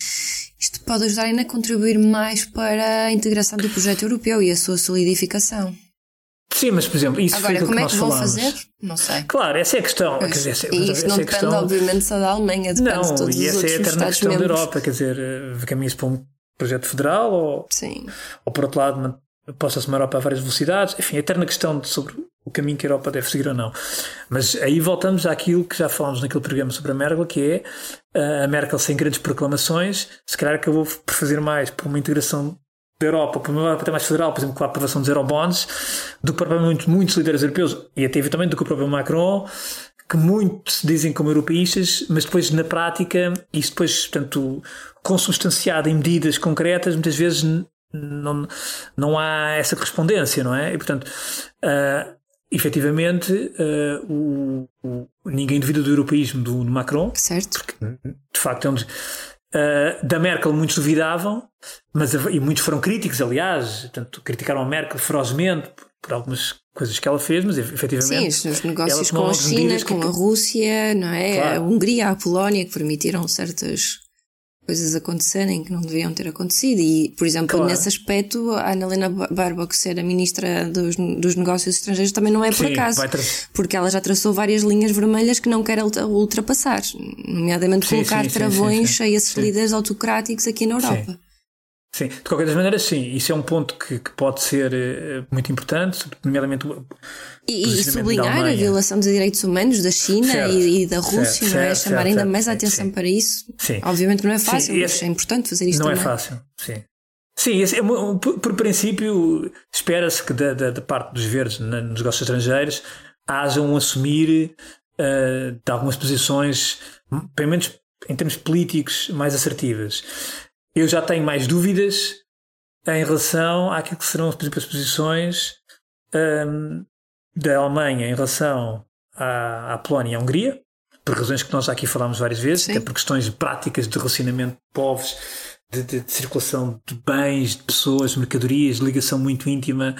S3: isto pode ajudar ainda a contribuir mais para a integração do projeto europeu e a sua solidificação.
S2: Sim, mas por exemplo, isso
S3: agora,
S2: foi
S3: como
S2: que
S3: é
S2: nós
S3: que vão
S2: falámos.
S3: fazer? Não sei.
S2: Claro, essa é a questão. Quer dizer, essa,
S3: e isso não
S2: é
S3: depende,
S2: questão...
S3: obviamente, só da Alemanha, depende
S2: não,
S3: de todos
S2: e
S3: os
S2: essa
S3: outros
S2: é a eterna questão
S3: membros.
S2: da Europa, quer dizer, caminha-se para um projeto federal ou,
S3: Sim.
S2: ou por outro lado, possa-se uma Europa a várias velocidades. Enfim, a eterna questão de, sobre o caminho que a Europa deve seguir ou não. Mas aí voltamos àquilo que já falámos naquele programa sobre a Merkel, que é a Merkel sem grandes proclamações, se calhar acabou por fazer mais por uma integração da Europa, por uma Europa até mais federal, por exemplo, com a aprovação dos eurobonds, do que propriamente muitos líderes europeus, e até eventualmente do que o próprio Macron, que muito se dizem como europeístas, mas depois na prática, isso depois, portanto, consubstanciado em medidas concretas, muitas vezes não, não há essa correspondência, não é? E portanto, uh, efetivamente, uh, o, o, ninguém duvida do europeísmo do, do Macron,
S3: certo.
S2: Porque de facto é um dos... Uh, da Merkel muitos duvidavam, mas, e muitos foram críticos, aliás, portanto, criticaram a Merkel ferozmente por, por algumas coisas que ela fez, mas efetivamente...
S3: Sim, os negócios com a China, com que... a Rússia, não é? Claro. A Hungria, a Polónia, que permitiram certas coisas acontecerem que não deviam ter acontecido. E, por exemplo, claro. Nesse aspecto, a Annalena Baerbock ser a ministra dos, dos negócios estrangeiros também não é por Sim, acaso, tra- porque ela já traçou várias linhas vermelhas que não quer ultrapassar, nomeadamente sim, colocar sim, travões sim, sim, sim. a esses sim. líderes autocráticos aqui na Europa.
S2: Sim. Sim, de qualquer das maneiras, sim, isso é um ponto que, que pode ser uh, muito importante, nomeadamente o
S3: e, e sublinhar a violação dos direitos humanos da China certo, e, e da Rússia, certo, não é?
S2: Certo,
S3: chamar
S2: certo,
S3: ainda
S2: certo,
S3: mais
S2: sim,
S3: a atenção
S2: sim.
S3: para isso.
S2: Sim.
S3: Obviamente não é fácil,
S2: sim,
S3: mas
S2: esse,
S3: é importante fazer isto
S2: não
S3: também.
S2: Não é fácil, sim. Sim, esse é, por, por princípio, espera-se que da, da, da parte dos verdes nos negócios estrangeiros haja um assumir uh, de algumas posições, pelo menos em termos políticos, mais assertivas. Eu já tenho mais dúvidas em relação àquilo que serão, por exemplo, as posições um, da Alemanha em relação à, à Polónia e à Hungria, por razões que nós já aqui falámos várias vezes, Sim. até por questões práticas de relacionamento de povos, de, de, de circulação de bens, de pessoas, mercadorias, de ligação muito íntima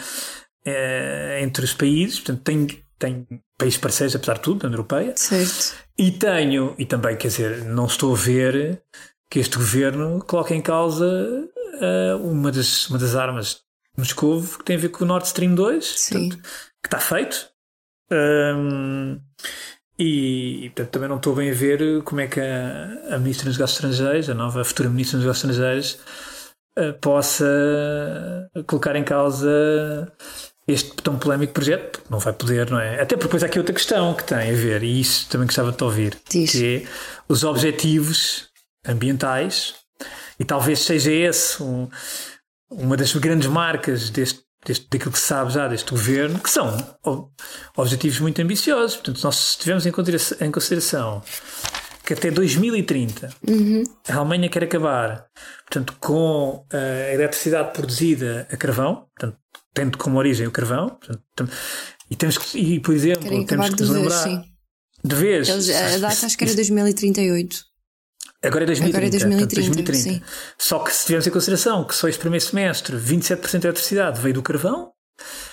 S2: eh, entre os países. Portanto, tenho, tenho países parceiros, apesar de tudo, da União Europeia.
S3: Certo.
S2: E tenho, e também, quer dizer, não estou a ver que este governo coloque em causa uh, uma, das, uma das armas de Moscou que tem a ver com o Nord Stream dois, portanto, que está feito. Um, e, e portanto, também não estou bem a ver como é que a, a Ministra dos Negócios Estrangeiros, a nova futura Ministra dos Negócios Estrangeiros, uh, possa colocar em causa este tão polémico projeto. Não vai poder, não é? Até porque depois há aqui outra questão que tem a ver, e isso também gostava de te ouvir,
S3: Diz.
S2: que é os objetivos ambientais, e talvez seja esse um, uma das grandes marcas deste, deste, daquilo que se sabe já deste governo, que são objetivos muito ambiciosos. Portanto, nós tivemos em consideração, em consideração que até dois mil e trinta
S3: uhum.
S2: a Alemanha quer acabar, portanto, com a eletricidade produzida a carvão, portanto, tendo como origem o carvão, portanto, e temos que, e, por exemplo,
S3: Querem
S2: temos que nos
S3: de
S2: lembrar
S3: vez, sim.
S2: de vez.
S3: Eles, a data acho que era dois mil e trinta e oito.
S2: Agora é dois mil e trinta.
S3: Agora é dois mil e trinta,
S2: portanto, dois mil e trinta. Só que se tivermos em consideração que só este primeiro semestre vinte e sete por cento da eletricidade veio do carvão,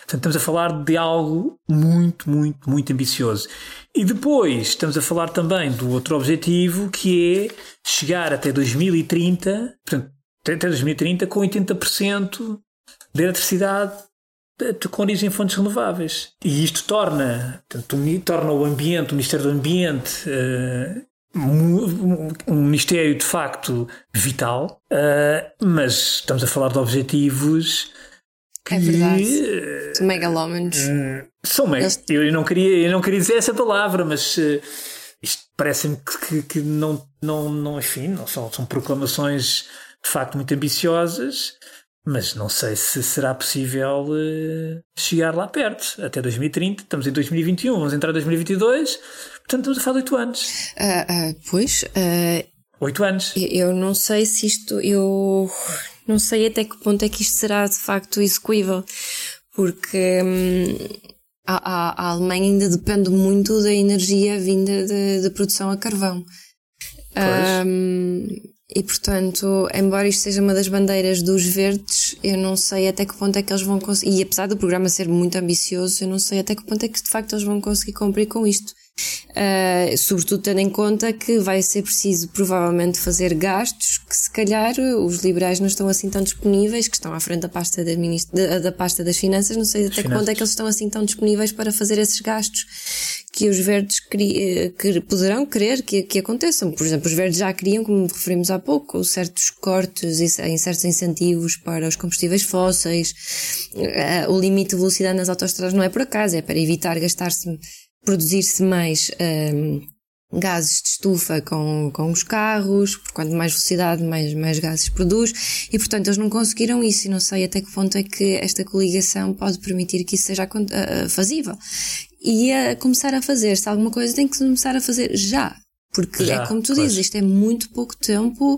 S2: Portanto, estamos a falar de algo muito, muito, muito ambicioso. E depois estamos a falar também do outro objetivo, que é chegar até dois mil e trinta, portanto, até dois mil e trinta com oitenta por cento da eletricidade com origem em fontes renováveis. E isto torna, portanto, torna o ambiente, o Ministério do Ambiente, uh, um, um ministério de facto vital, uh, mas estamos a falar de objetivos que...
S3: É verdade. São megalómanos.
S2: Uh, são meg-
S3: Eles...
S2: eu, não queria, eu não queria dizer essa palavra, mas uh, isto parece-me que, que, que não, não, não, enfim, não são, são proclamações de facto muito ambiciosas. Mas não sei se será possível uh, chegar lá perto. Até dois mil e trinta, estamos em dois mil e vinte e um, vamos entrar em dois mil e vinte e dois, portanto estamos a falar de oito anos.
S3: Uh, uh, pois.
S2: oito uh, anos.
S3: Eu não sei se isto. Eu não sei até que ponto é que isto será de facto execuível. Porque hum, a, a, a Alemanha ainda depende muito da energia vinda de, de produção a carvão.
S2: Pois.
S3: Um, E, portanto, embora isto seja uma das bandeiras dos verdes, eu não sei até que ponto é que eles vão conseguir, e apesar do programa ser muito ambicioso, eu não sei até que ponto é que de facto eles vão conseguir cumprir com isto. Uh, sobretudo tendo em conta que vai ser preciso provavelmente fazer gastos que se calhar os liberais não estão assim tão disponíveis, que estão à frente da pasta, da, ministra, da, da pasta das finanças, não sei até que ponto é que eles estão assim tão disponíveis para fazer esses gastos que os verdes que, que poderão querer que, que aconteçam. Por exemplo, os verdes já queriam, como referimos há pouco, certos cortes em certos incentivos para os combustíveis fósseis. O limite de velocidade nas autoestradas não é por acaso, é para evitar gastar-se, produzir-se mais um, gases de estufa com, com os carros, porque quanto mais velocidade, mais, mais gases produz, e portanto eles não conseguiram isso, e não sei até que ponto é que esta coligação pode permitir que isso seja uh, fazível. E a começar a fazer, se alguma coisa tem que começar a fazer já, porque já, é como tu pois. dizes, isto é muito pouco tempo.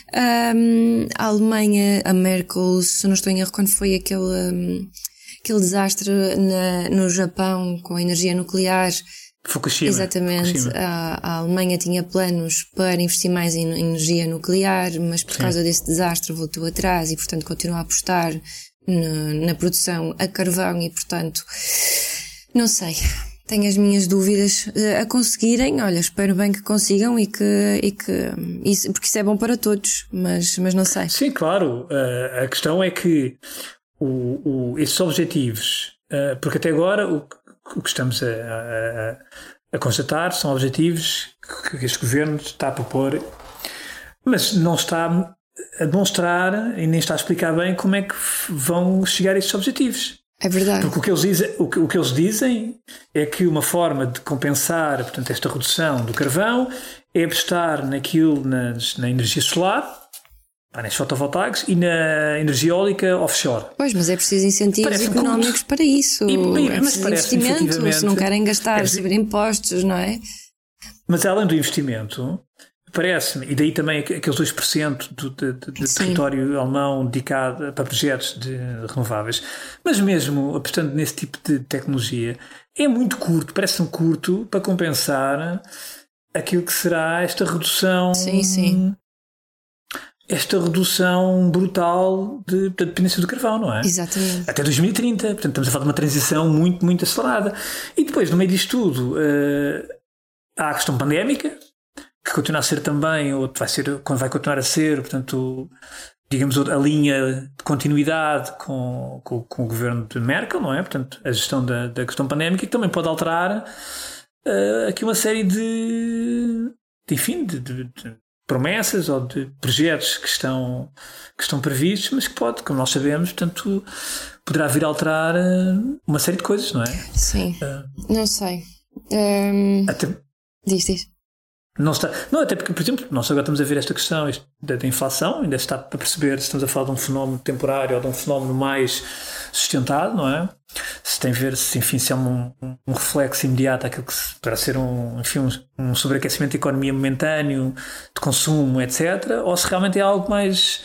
S3: Um, a Alemanha, a Merkel, se não estou em erro, quando foi aquele, um, aquele desastre na, no Japão com a energia nuclear,
S2: Fukushima.
S3: Exatamente,
S2: Fukushima.
S3: A, a Alemanha tinha planos para investir mais em, em energia nuclear, mas por Sim. causa desse desastre voltou atrás e portanto continua a apostar na, na produção a carvão e portanto... Não sei, tenho as minhas dúvidas a conseguirem, olha, espero bem que consigam e que, e que isso, porque isso é bom para todos, mas, mas não sei.
S2: Sim, claro, uh, a questão é que o, o, esses objetivos, uh, porque até agora o, o que estamos a, a, a constatar são objetivos que, que este governo está a propor, mas não está a demonstrar e nem está a explicar bem como é que vão chegar a estes objetivos.
S3: É verdade.
S2: Porque o que eles dizem, o que, o que eles dizem é que uma forma de compensar, portanto, esta redução do carvão é apostar naquilo, nas, na energia solar, painéis fotovoltaicos e na energia eólica offshore.
S3: Pois, mas é preciso incentivos parece económicos um para isso. E, e, é preciso investimento, se não querem gastar, receber é, impostos, não é?
S2: Mas além do investimento... Parece-me, e daí também aqueles dois por cento do, de, de, de território alemão dedicado para projetos de renováveis, mas mesmo apostando nesse tipo de tecnologia, é muito curto, parece-me curto para compensar aquilo que será esta redução,
S3: sim, sim.
S2: esta redução brutal de, de dependência do carvão, não é?
S3: Exatamente.
S2: Até dois mil e trinta, portanto estamos a falar de uma transição muito, muito acelerada. E depois, no meio disto tudo, uh, há a questão pandémica, que continua a ser também, ou vai ser, vai continuar a ser, portanto, digamos, a linha de continuidade com, com, com o governo de Merkel, não é? Portanto, a gestão da, da questão pandémica, que também pode alterar uh, aqui uma série de, de enfim, de, de, de promessas ou de projetos que estão, que estão previstos, mas que pode, como nós sabemos, portanto, poderá vir a alterar uh, uma série de coisas, não é?
S3: Sim, uh, não sei. Um...
S2: Até...
S3: Diz, diz.
S2: Não, está, não, até porque, por exemplo, nós agora estamos a ver esta questão da, da inflação, ainda está para perceber se estamos a falar de um fenómeno temporário ou de um fenómeno mais sustentado, não é? Se tem a ver se, enfim, se é um, um, um reflexo imediato àquilo que se, para ser um, enfim, um, um sobreaquecimento da economia momentâneo, de consumo, etcétera, ou se realmente é algo mais...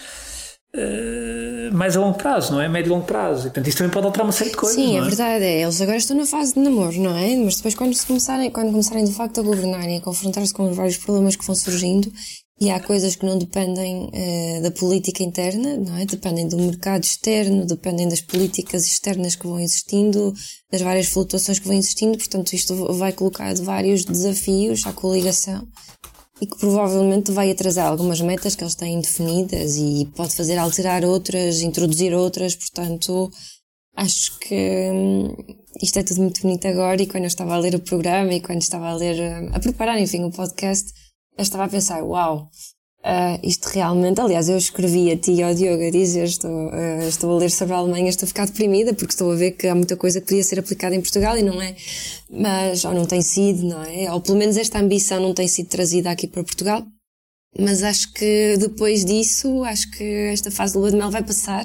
S2: Uh, mais a longo prazo, não é? Médio e longo prazo. E, portanto, isso também pode alterar uma série de coisas.
S3: Sim,
S2: não é?
S3: É verdade. É. Eles agora estão na fase de namoro, não é? Mas depois, quando, se começarem, quando começarem de facto a governarem, a confrontar-se com os vários problemas que vão surgindo, E há coisas que não dependem uh, da política interna, não é? Dependem do mercado externo, dependem das políticas externas que vão existindo, das várias flutuações que vão existindo, portanto isto vai colocar vários desafios à coligação e que provavelmente vai atrasar algumas metas que eles têm definidas e pode fazer alterar outras, introduzir outras, portanto acho que hum, isto é tudo muito bonito agora, e quando eu estava a ler o programa e quando estava a ler, a preparar enfim o podcast, eu estava a pensar, uau, uh, isto realmente, aliás eu escrevi a ti e ao Diogo a dizer, estou, uh, estou a ler sobre a Alemanha, estou a ficar deprimida porque estou a ver que há muita coisa que podia ser aplicada em Portugal e não é, mas, ou não tem sido, não é, ou pelo menos esta ambição não tem sido trazida aqui para Portugal, mas acho que depois disso, acho que esta fase do lua de mel vai passar.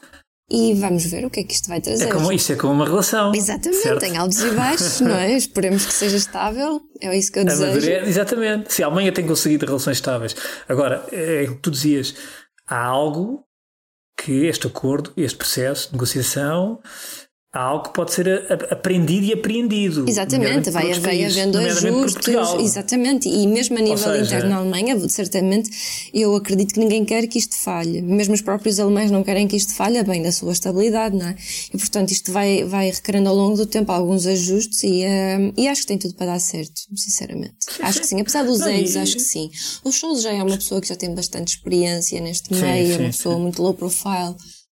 S3: E vamos ver o que é que isto vai trazer.
S2: É como, isto é como uma relação.
S3: Exatamente,
S2: certo?
S3: Tem altos e baixos, não é? Esperemos que seja estável, é isso que eu desejo.
S2: É, exatamente, se a Alemanha tem conseguido relações estáveis. Agora, é o que tu dizias, há algo que este acordo, este processo de negociação, há algo que pode ser aprendido e apreendido.
S3: Exatamente, vai, vai havendo ajustes, exatamente, e mesmo a nível seja, interno na Alemanha, certamente, eu acredito que ninguém quer que isto falhe, mesmo os próprios alemães não querem que isto falhe, bem da sua estabilidade, não é? E portanto isto vai, vai requerendo ao longo do tempo alguns ajustes e, um, e acho que tem tudo para dar certo, sinceramente. Sim, acho sim. que sim, apesar dos egos, e... acho que sim. O Scholz já é uma pessoa que já tem bastante experiência neste sim, meio, sim, uma pessoa sim. muito low profile.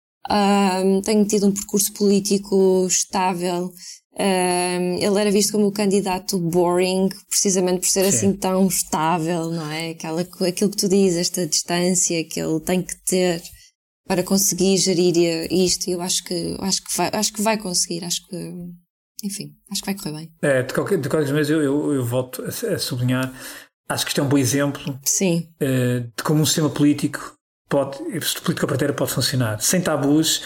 S3: Um, tenho tido um percurso político estável. Um, ele era visto como o candidato boring, precisamente por ser Sim. assim tão estável, não é? Aquela, aquilo que tu dizes, esta distância que ele tem que ter para conseguir gerir isto. E eu acho que, acho que, vai, acho que vai conseguir, acho que, enfim, acho que vai correr bem.
S2: É, de qualquer, de qualquer maneira, eu, eu, eu volto a, a sublinhar, acho que isto é um bom exemplo
S3: Sim.
S2: Uh, de como um sistema político pode, este político aparteiro pode funcionar sem tabus.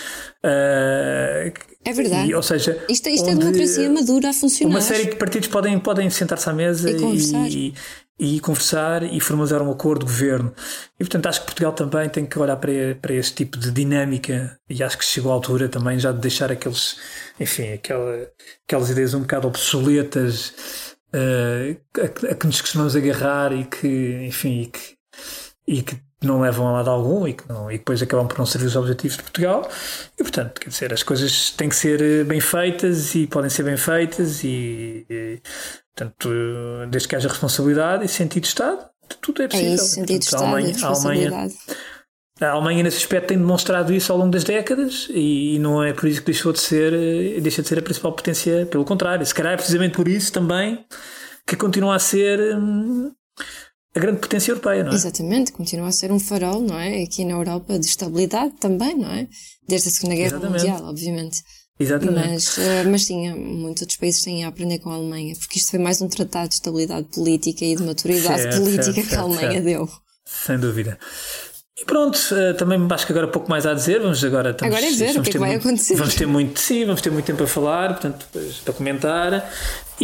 S2: Uh,
S3: é verdade.
S2: E, ou seja,
S3: isto, isto é democracia madura a funcionar.
S2: Uma série de partidos podem, podem sentar-se à mesa
S3: e conversar.
S2: E, e, e conversar e formalizar um acordo de governo. E portanto acho que Portugal também tem que olhar para, para este tipo de dinâmica, e acho que chegou à altura também já de deixar aqueles, enfim, aquela, aquelas ideias um bocado obsoletas uh, a, a que nos costumamos agarrar e que, enfim, e que, e que não levam a lado algum e que, não, e depois acabam por não servir os objetivos de Portugal. E portanto, quer dizer, as coisas têm que ser bem feitas e podem ser bem feitas e, e portanto, desde que haja responsabilidade e sentido de Estado, tudo é possível.
S3: É isso, sentido de Estado,
S2: a Alemanha,
S3: responsabilidade.
S2: A Alemanha, a Alemanha nesse aspecto tem demonstrado isso ao longo das décadas e não é por isso que deixou de ser, deixa de ser a principal potência, pelo contrário, se calhar é precisamente por isso também que continua a ser hum, a grande potência europeia, não é?
S3: Exatamente, continua a ser um farol, não é? Aqui na Europa de estabilidade também, não é? Desde a Segunda Guerra
S2: Exatamente.
S3: Mundial, obviamente.
S2: Exatamente.
S3: Mas, mas sim, muitos outros países têm a aprender com a Alemanha, porque isto foi mais um tratado de estabilidade política e de maturidade
S2: certo,
S3: política
S2: certo,
S3: que a Alemanha
S2: certo.
S3: deu.
S2: Sem dúvida. E pronto, também acho que agora pouco mais a dizer. Vamos agora, estamos,
S3: agora é ver o que é que vai
S2: muito,
S3: acontecer.
S2: Vamos ter muito, sim, vamos ter muito tempo a falar, portanto, para comentar.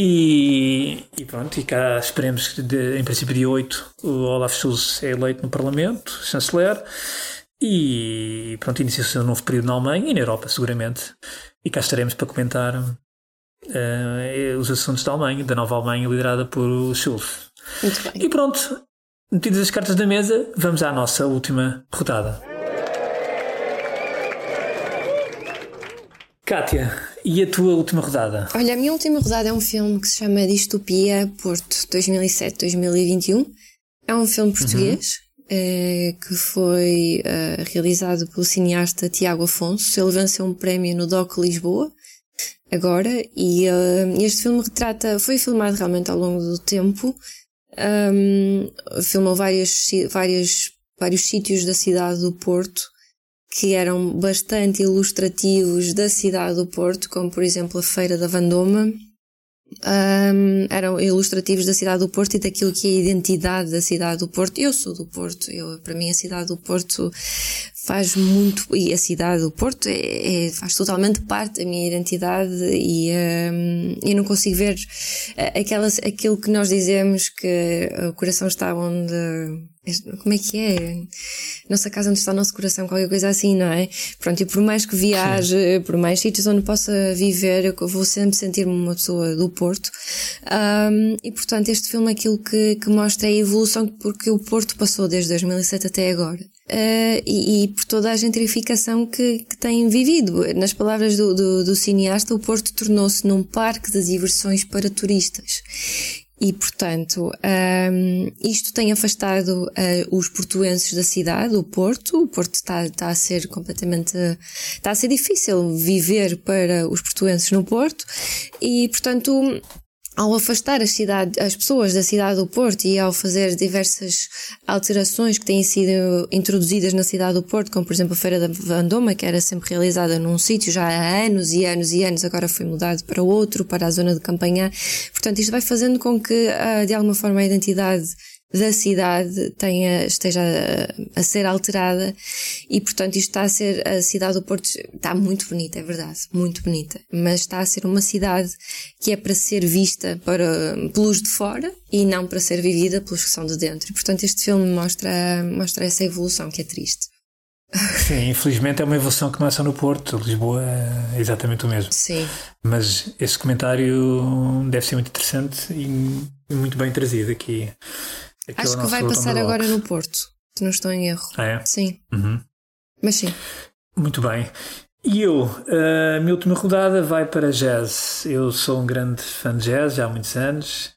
S2: E, e pronto, e cá esperemos que de, em princípio dia oito o Olaf Scholz é eleito no Parlamento, chanceler, e pronto, inicia-se um novo período na Alemanha e na Europa seguramente, e cá estaremos para comentar uh, os assuntos da Alemanha, da nova Alemanha liderada por Scholz.
S3: Muito bem.
S2: E pronto, metidas as cartas da mesa, vamos à nossa última rodada. Kátia, e a tua última rodada?
S3: Olha, a minha última rodada é um filme que se chama Distopia Porto dois mil e sete a dois mil e vinte e um. É um filme português uhum. eh, que foi eh, realizado pelo cineasta Tiago Afonso. Ele venceu um prémio no D O C Lisboa agora, e uh, este filme retrata, foi filmado realmente ao longo do tempo. Um, filmou várias, várias, vários sítios da cidade do Porto que eram bastante ilustrativos da cidade do Porto, como por exemplo a Feira da Vandoma. Um, eram ilustrativos da cidade do Porto e daquilo que é a identidade da cidade do Porto. Eu sou do Porto, eu, para mim a cidade do Porto faz muito, e a cidade do Porto é, é, faz totalmente parte da minha identidade e um, eu não consigo ver aquela, aquilo que nós dizemos que o coração está onde... Como é que é? Nossa casa onde está o nosso coração, qualquer coisa assim, não é? Pronto, e por mais que viaje, Sim. por mais sítios onde possa viver, eu vou sempre sentir-me uma pessoa do Porto. Um, e portanto, este filme é aquilo que, que mostra a evolução, porque o Porto passou desde dois mil e sete até agora. Uh, e, e por toda a gentrificação que, que tem vivido. Nas palavras do, do, do cineasta, o Porto tornou-se num parque de diversões para turistas. E, portanto, um, isto tem afastado uh, os portuenses da cidade, o Porto. O Porto está, está a ser completamente... Está a ser difícil viver para os portuenses no Porto e, portanto... Ao afastar as, cidade, as pessoas da cidade do Porto e ao fazer diversas alterações que têm sido introduzidas na cidade do Porto, como por exemplo a Feira da Vendôma, que era sempre realizada num sítio já há anos e anos e anos, agora foi mudado para outro, para a zona de Campanhã. Portanto, isto vai fazendo com que, de alguma forma, a identidade da cidade tenha, esteja a, a ser alterada e, portanto, isto está a ser, a cidade do Porto está muito bonita, é verdade, muito bonita, mas está a ser uma cidade que é para ser vista para, pelos de fora e não para ser vivida pelos que são de dentro. E, portanto, este filme mostra, mostra essa evolução que é triste.
S2: Sim, infelizmente é uma evolução que não é só no Porto. Lisboa é exatamente o mesmo.
S3: Sim.
S2: Mas esse comentário deve ser muito interessante e muito bem trazido aqui. Aquele
S3: Acho que vai passar agora no Porto, se não estou em erro.
S2: Ah, é?
S3: Sim.
S2: Uhum.
S3: Mas sim.
S2: Muito bem. E eu, a minha última rodada vai para jazz. Eu sou um grande fã de jazz já há muitos anos.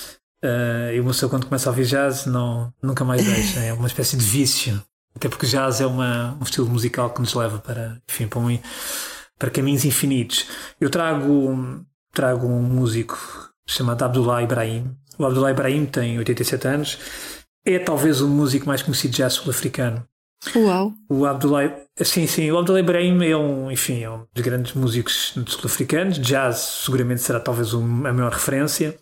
S2: Uh, e uma pessoa quando começa a ouvir jazz não, nunca mais deixa. É uma espécie de vício. Até porque jazz é uma, um estilo musical que nos leva para, enfim, para, um, para caminhos infinitos. Eu trago, trago um músico chamado Abdullah Ibrahim. O Abdullah Ibrahim tem oitenta e sete anos. É talvez o músico mais conhecido de jazz sul-africano.
S3: Uau!
S2: O Abdullah, sim, sim, o Abdullah Ibrahim é um, enfim, é um dos grandes músicos sul-africanos. Jazz seguramente será talvez a maior referência.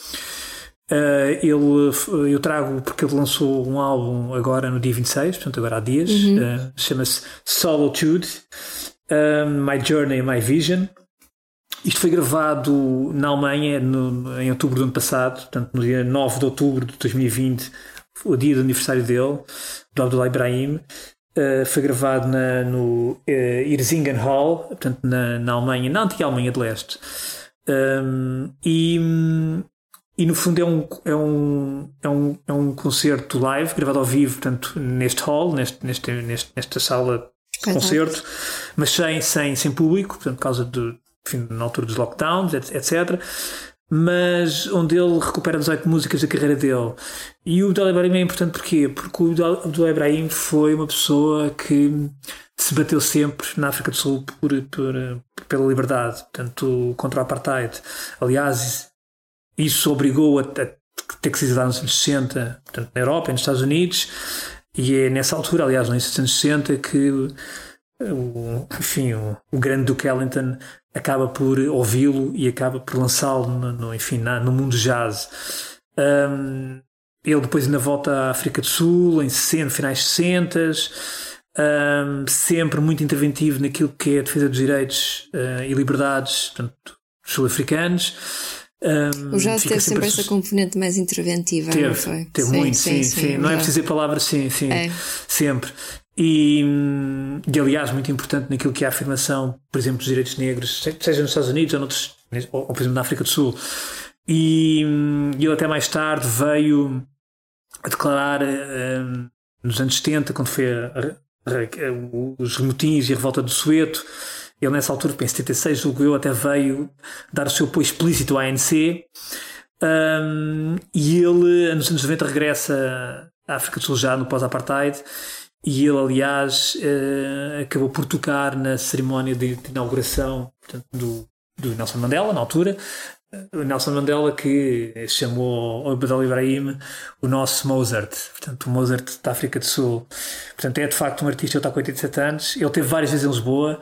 S2: Uh, ele, eu trago porque ele lançou um álbum agora no dia vinte e seis, portanto agora há dias. Uhum. Uh, chama-se Solitude, uh, My Journey, My Vision. Isto foi gravado na Alemanha no, em outubro do ano passado, portanto no dia nove de outubro de dois mil e vinte, o dia do aniversário dele, do Abdullah Ibrahim. Uh, foi gravado na, no uh, Irzingen Hall, portanto na, na Alemanha, na antiga Alemanha de Leste. Um, e, e no fundo é um, é, um, é, um, é um concerto live, gravado ao vivo, portanto neste hall, neste, neste, neste, nesta sala de concerto, mas sem, sem, sem público, portanto por causa do enfim, na altura dos lockdowns, etcétera. Mas onde ele recupera dezoito músicas da carreira dele. E o Abdullah Ibrahim é importante porquê? Porque o Abdullah Ibrahim foi uma pessoa que se bateu sempre na África do Sul por, por, pela liberdade, portanto, contra o apartheid. Aliás, isso obrigou a, a ter que se exiliar nos anos sessenta, portanto, na Europa e nos Estados Unidos, e é nessa altura, aliás, nos anos sessenta, que o, enfim, o, o grande Duke Ellington acaba por ouvi-lo e acaba por lançá-lo no, no, enfim, na, no mundo jazz. Um, ele depois ainda volta à África do Sul em sessenta, finais de sessenta, um, sempre muito interventivo naquilo que é a defesa dos direitos uh, e liberdades, portanto, sul-africanos. Um,
S3: o jazz teve sempre essa componente mais interventiva,
S2: teve,
S3: não foi?
S2: Teve sim, muito, sim, sim, sim, sim. Não é preciso dizer palavras, sim, sim, é. sempre. E, e aliás muito importante naquilo que é a afirmação, por exemplo, dos direitos negros, seja nos Estados Unidos ou, noutros, ou, ou por exemplo na África do Sul. E, e ele até mais tarde veio a declarar um, nos anos setenta, quando foi a, a, a, os remotins e a revolta do Soweto. Ele nessa altura, em setenta e seis, julgo eu, até veio dar o seu apoio explícito à A N C. Um, e ele nos anos noventa regressa à África do Sul já no pós-apartheid. E ele, aliás, uh, acabou por tocar na cerimónia de, de inauguração, portanto, do, do Nelson Mandela, na altura. Uh, o Nelson Mandela que chamou o Abdullah Ibrahim o nosso Mozart, portanto, o Mozart da África do Sul. Portanto, é de facto um artista, ele está com oitenta e sete anos. Ele esteve várias vezes em Lisboa.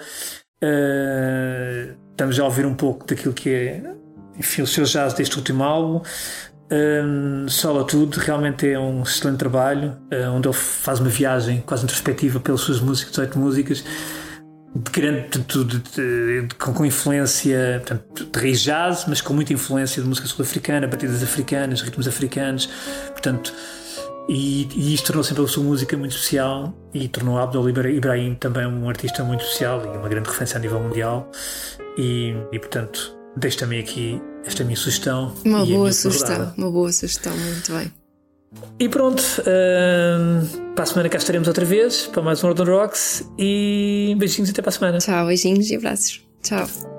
S2: Uh, estamos já a ouvir um pouco daquilo que é, enfim, o seu jazz deste último álbum. Um, Solitude realmente é um excelente trabalho, uh, onde ele faz uma viagem quase introspectiva pelas suas músicas, dezoito músicas, de grande, de, de, de, de, com, com influência, portanto, de raiz jazz, mas com muita influência de música sul-africana, batidas africanas, ritmos africanos, portanto, e, e isto tornou sempre a sua música muito especial e tornou Abdul Ibrahim também um artista muito especial e uma grande referência a nível mundial. E, e portanto, deixo também aqui esta minha sugestão.
S3: Uma boa sugestão, uma boa sugestão, muito bem.
S2: E pronto, uh, para a semana cá estaremos outra vez para mais um Northern Rocks e beijinhos até para a semana.
S3: Tchau, beijinhos e abraços. Tchau.